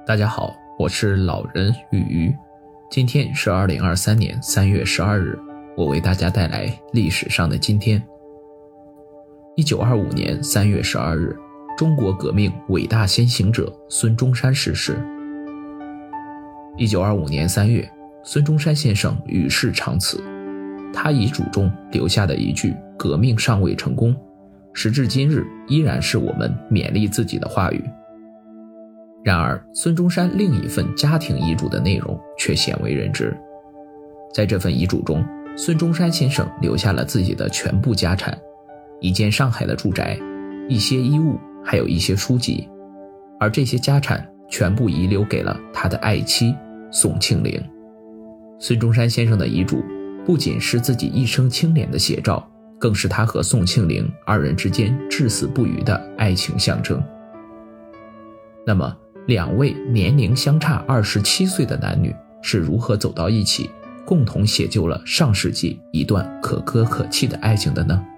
大家好，我是老人与鱼。今天是2023年3月12日，我为大家带来历史上的今天。1925年3月12日，中国革命伟大先行者孙中山逝世。1925年3月，孙中山先生与世长辞。他遗嘱中留下的一句“革命尚未成功”，时至今日依然是我们勉励自己的话语。然而，孙中山另一份家庭遗嘱的内容却鲜为人知。在这份遗嘱中，孙中山先生留下了自己的全部家产，一间上海的住宅，一些衣物，还有一些书籍，而这些家产全部遗留给了他的爱妻宋庆龄。孙中山先生的遗嘱不仅是自己一生清廉的写照，更是他和宋庆龄二人之间至死不渝的爱情象征。那么，两位年龄相差27岁的男女是如何走到一起，共同写就了上世纪一段可歌可泣的爱情的呢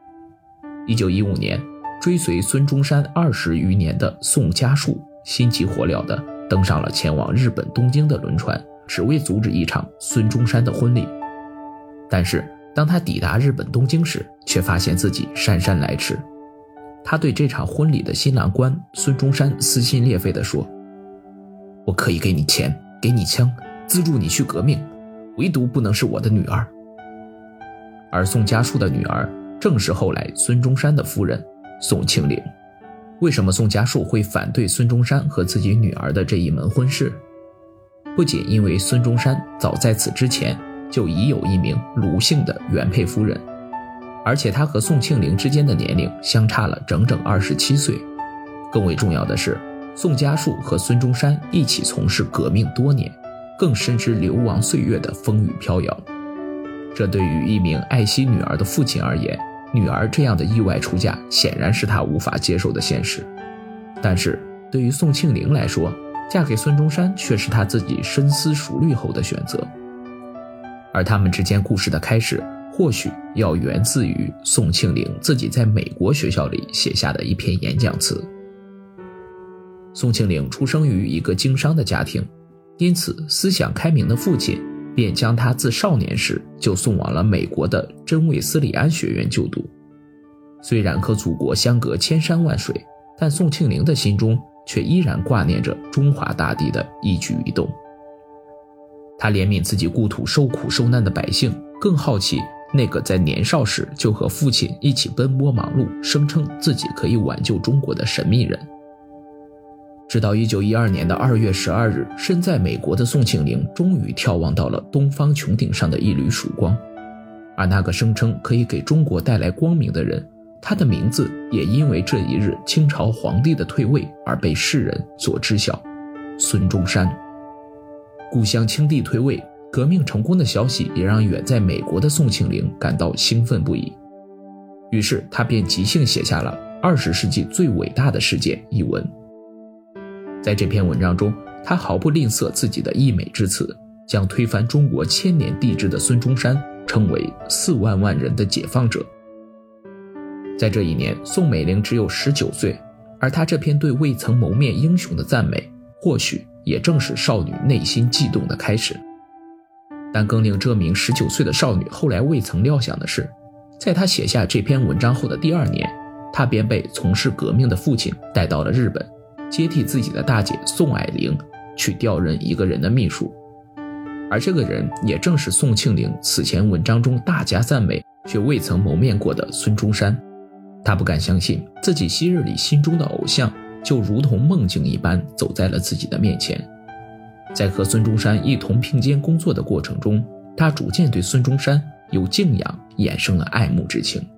？1915年，追随孙中山20余年的宋家树心急火燎地登上了前往日本东京的轮船，只为阻止一场孙中山的婚礼。但是当他抵达日本东京时，却发现自己姗姗来迟。他对这场婚礼的新郎官孙中山撕心裂肺地说：“我可以给你钱，给你枪，资助你去革命，唯独不能是我的女儿。”而宋家树的女儿正是后来孙中山的夫人宋庆龄。为什么宋家树会反对孙中山和自己女儿的这一门婚事？不仅因为孙中山早在此之前就已有一名卢姓的原配夫人，而且他和宋庆龄之间的年龄相差了整整27岁。更为重要的是，宋家树和孙中山一起从事革命多年，更深知流亡岁月的风雨飘摇。这对于一名爱惜女儿的父亲而言，女儿这样的意外出嫁显然是他无法接受的现实。但是对于宋庆龄来说，嫁给孙中山却是她自己深思熟虑后的选择。而他们之间故事的开始，或许要源自于宋庆龄自己在美国学校里写下的一篇演讲词。宋庆龄出生于一个经商的家庭，因此思想开明的父亲便将他自少年时就送往了美国的真韦斯里安学院就读。虽然和祖国相隔千山万水，但宋庆龄的心中却依然挂念着中华大地的一举一动。他怜悯自己故土受苦受难的百姓，更好奇那个在年少时就和父亲一起奔波忙碌，声称自己可以挽救中国的神秘人。直到1912年的2月12日，身在美国的宋庆龄终于眺望到了东方穹顶上的一缕曙光，而那个声称可以给中国带来光明的人，他的名字也因为这一日清朝皇帝的退位而被世人所知晓——孙中山。故乡清帝退位，革命成功的消息也让远在美国的宋庆龄感到兴奋不已。于是他便即兴写下了《20世纪最伟大的事件》一文。在这篇文章中，他毫不吝啬自己的溢美之词，将推翻中国千年帝制的孙中山称为4万万人的解放者。在这一年，宋美龄只有19岁，而她这篇对未曾谋面英雄的赞美，或许也正是少女内心悸动的开始。但更令这名19岁的少女后来未曾料想的是，在她写下这篇文章后的第2年，她便被从事革命的父亲带到了日本，接替自己的大姐宋霭龄去调任一个人的秘书。而这个人也正是宋庆龄此前文章中大加赞美却未曾谋面过的孙中山。他不敢相信自己昔日里心中的偶像就如同梦境一般走在了自己的面前。在和孙中山一同并肩工作的过程中，他逐渐对孙中山由敬仰衍生了爱慕之情。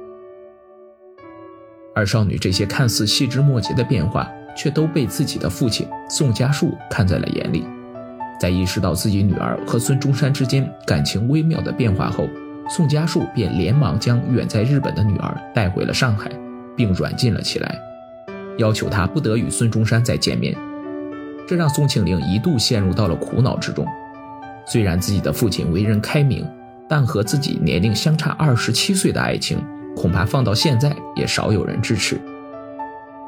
而少女这些看似细枝末节的变化，却都被自己的父亲宋家树看在了眼里。在意识到自己女儿和孙中山之间感情微妙的变化后，宋家树便连忙将远在日本的女儿带回了上海，并软禁了起来，要求她不得与孙中山再见面。这让宋庆龄一度陷入到了苦恼之中。虽然自己的父亲为人开明，但和自己年龄相差27岁的爱情，恐怕放到现在也少有人支持。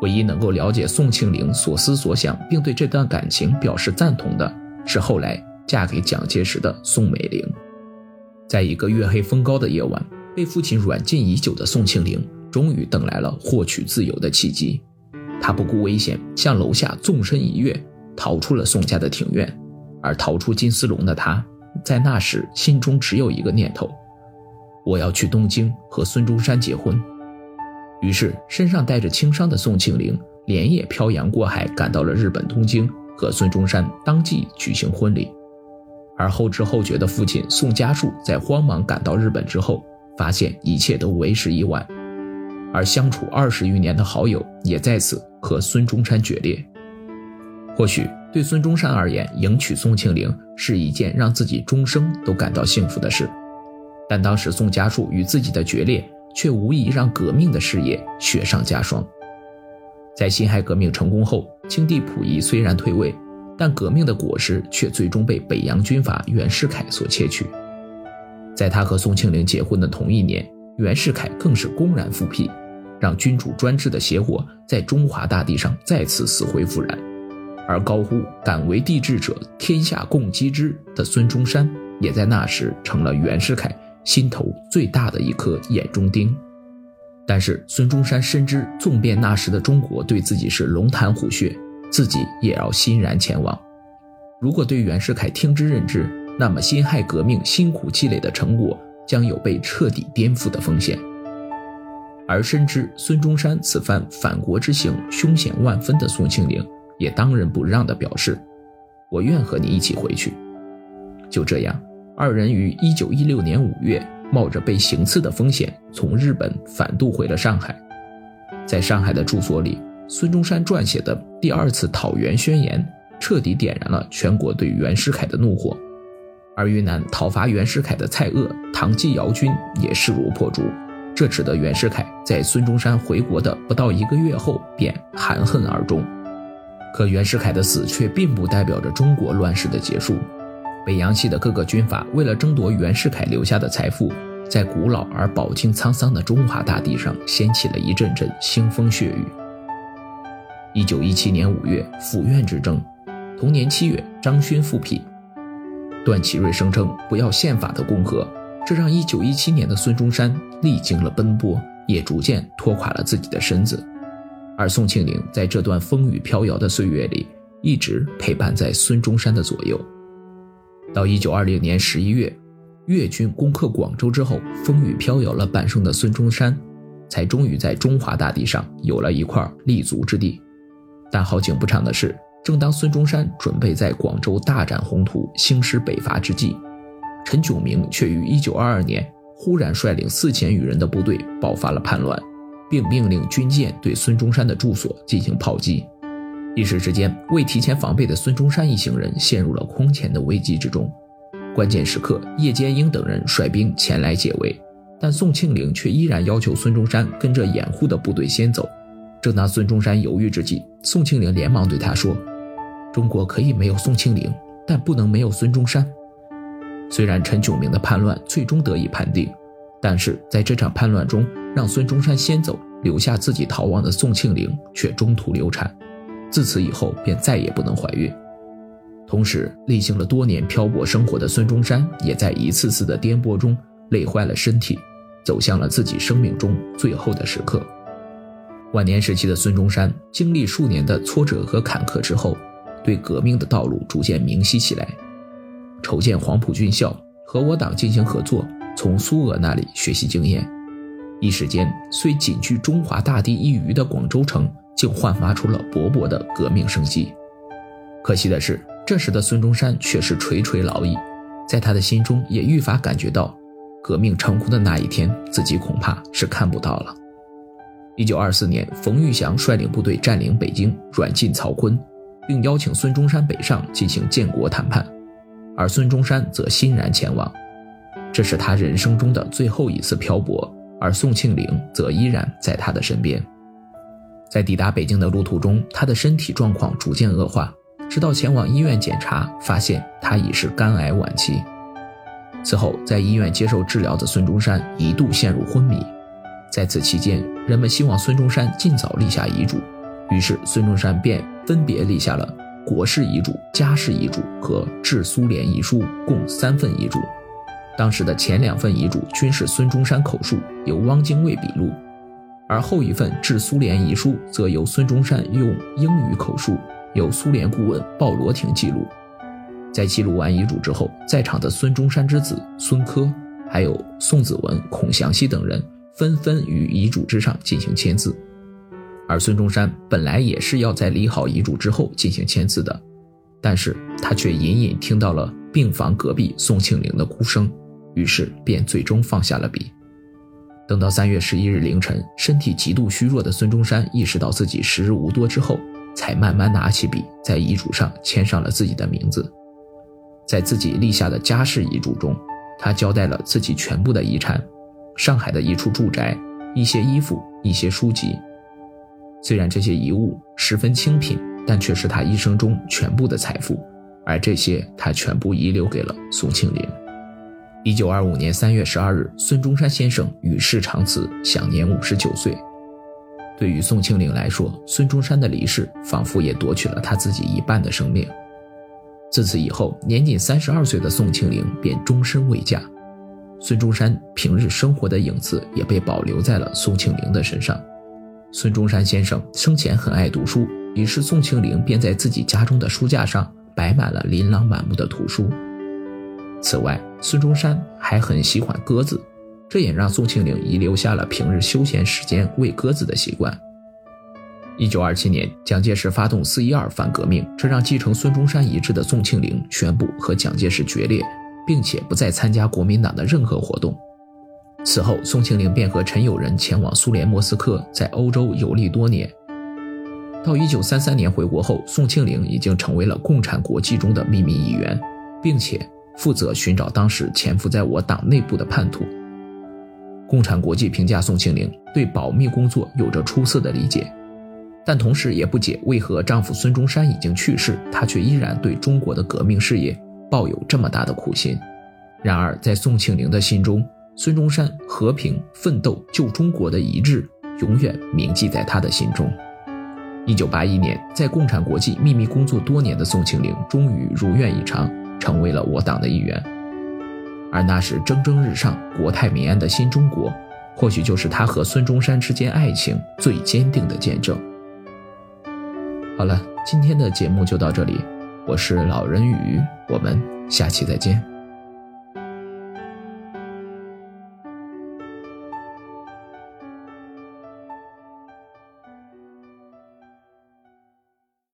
唯一能够了解宋庆龄所思所想并对这段感情表示赞同的是后来嫁给蒋介石的宋美龄。在一个月黑风高的夜晚，被父亲软禁已久的宋庆龄终于等来了获取自由的契机。她不顾危险，向楼下纵身一跃，逃出了宋家的庭院。而逃出金丝笼的她，在那时心中只有一个念头：我要去东京和孙中山结婚。于是身上带着轻伤的宋庆龄连夜漂洋过海，赶到了日本东京，和孙中山当即举行婚礼。而后知后觉的父亲宋家树在慌忙赶到日本之后，发现一切都为时已晚，而相处20余年的好友也在此和孙中山决裂。或许对孙中山而言，迎娶宋庆龄是一件让自己终生都感到幸福的事，但当时宋家树与自己的决裂却无疑让革命的事业雪上加霜。在辛亥革命成功后，清帝溥仪虽然退位，但革命的果实却最终被北洋军阀袁世凯所窃取。在他和宋庆龄结婚的同一年，袁世凯更是公然复辟，让君主专制的邪火在中华大地上再次死灰复燃。而高呼敢为帝制者，天下共击之的孙中山，也在那时成了袁世凯心头最大的一颗眼中钉。但是孙中山深知，纵便那时的中国对自己是龙潭虎穴，自己也要欣然前往。如果对袁世凯听之任之，那么辛亥革命辛苦积累的成果将有被彻底颠覆的风险。而深知孙中山此番反国之行凶险万分的宋庆龄，也当仁不让地表示：我愿和你一起回去。就这样，二人于1916年5月冒着被行刺的风险，从日本反渡回了上海。在上海的住所里，孙中山撰写的第2次讨袁宣言彻底点燃了全国对袁世凯的怒火，而云南讨伐袁世凯的蔡锷、唐继尧军也势如破竹，这使得袁世凯在孙中山回国的不到1个月后便含恨而终。可袁世凯的死却并不代表着中国乱世的结束。北洋系的各个军阀为了争夺袁世凯留下的财富，在古老而饱经沧桑的中华大地上掀起了一阵阵腥风血雨。1917年5月，府院之争，同年7月，张勋复辟。段祺瑞声称不要宪法的共和，这让1917年的孙中山历经了奔波，也逐渐拖垮了自己的身子。而宋庆龄在这段风雨飘摇的岁月里，一直陪伴在孙中山的左右。到1920年11月，粤军攻克广州之后，风雨飘摇了半生的孙中山才终于在中华大地上有了一块立足之地。但好景不长的是，正当孙中山准备在广州大展宏图，兴师北伐之际，陈炯明却于1922年忽然率领4000余人的部队爆发了叛乱，并命令军舰对孙中山的住所进行炮击。一时之间，未提前防备的孙中山一行人陷入了空前的危机之中。关键时刻，叶剑英等人率兵前来解围，但宋庆龄却依然要求孙中山跟着掩护的部队先走。正当孙中山犹豫之际，宋庆龄连忙对他说：中国可以没有宋庆龄，但不能没有孙中山。虽然陈炯明的叛乱最终得以判定，但是在这场叛乱中，让孙中山先走，留下自己逃亡的宋庆龄却中途流产，自此以后便再也不能怀孕。同时，历经了多年漂泊生活的孙中山也在一次次的颠簸中累坏了身体，走向了自己生命中最后的时刻。晚年时期的孙中山经历数年的挫折和坎坷之后，对革命的道路逐渐明晰起来，筹建黄埔军校，和我党进行合作，从苏俄那里学习经验。一时间，虽仅居中华大地一隅的广州城竟焕发出了勃勃的革命生机。可惜的是，这时的孙中山却是垂垂老矣，在他的心中也愈发感觉到，革命成功的那一天，自己恐怕是看不到了。1924年，冯玉祥率领部队占领北京，软禁曹锟，并邀请孙中山北上进行建国谈判，而孙中山则欣然前往。这是他人生中的最后一次漂泊，而宋庆龄则依然在他的身边。在抵达北京的路途中，他的身体状况逐渐恶化，直到前往医院检查，发现他已是肝癌晚期。此后，在医院接受治疗的孙中山一度陷入昏迷。在此期间，人们希望孙中山尽早立下遗嘱， 于是孙中山便分别立下了国事遗嘱、家事遗嘱和致苏联遗书共3份遗嘱。当时的前2份遗嘱均是孙中山口述，由汪精卫笔录，而后一份致苏联遗书则由孙中山用英语口述，由苏联顾问鲍罗廷记录。在记录完遗嘱之后，在场的孙中山之子孙科，还有宋子文、孔祥熙等人纷纷于遗嘱之上进行签字。而孙中山本来也是要在理好遗嘱之后进行签字的，但是他却隐隐听到了病房隔壁宋庆龄的哭声，于是便最终放下了笔。等到3月11日凌晨，身体极度虚弱的孙中山意识到自己时日无多之后，才慢慢拿起笔，在遗嘱上签上了自己的名字。在自己立下的家事遗嘱中，他交代了自己全部的遗产，上海的一处住宅，一些衣服，一些书籍。虽然这些遗物十分清贫，但却是他一生中全部的财富，而这些他全部遗留给了宋庆龄。1925年3月12日，孙中山先生与世长辞，享年59岁。对于宋庆龄来说，孙中山的离世仿佛也夺取了他自己一半的生命。自此以后，年仅32岁的宋庆龄便终身未嫁。孙中山平日生活的影子也被保留在了宋庆龄的身上。孙中山先生生前很爱读书，于是宋庆龄便在自己家中的书架上摆满了琳琅满目的图书。此外，孙中山还很喜欢鸽子，这也让宋庆龄遗留下了平日休闲时间喂鸽子的习惯。1927年，蒋介石发动4·12反革命，这让继承孙中山遗志的宋庆龄宣布和蒋介石决裂，并且不再参加国民党的任何活动。此后，宋庆龄便和陈友仁前往苏联莫斯科，在欧洲游历多年。到1933年回国后，宋庆龄已经成为了共产国际中的秘密议员，并且负责寻找当时潜伏在我党内部的叛徒。共产国际评价宋庆龄对保密工作有着出色的理解，但同时也不解为何丈夫孙中山已经去世，她却依然对中国的革命事业抱有这么大的苦心。然而在宋庆龄的心中，孙中山和平奋斗救中国的遗志永远铭记在他的心中。1981年，在共产国际秘密工作多年的宋庆龄终于如愿以偿，成为了我党的一员。而那时蒸蒸日上、国泰民安的新中国，或许就是他和孙中山之间爱情最坚定的见证。好了，今天的节目就到这里，我是老人鱼，我们下期再见。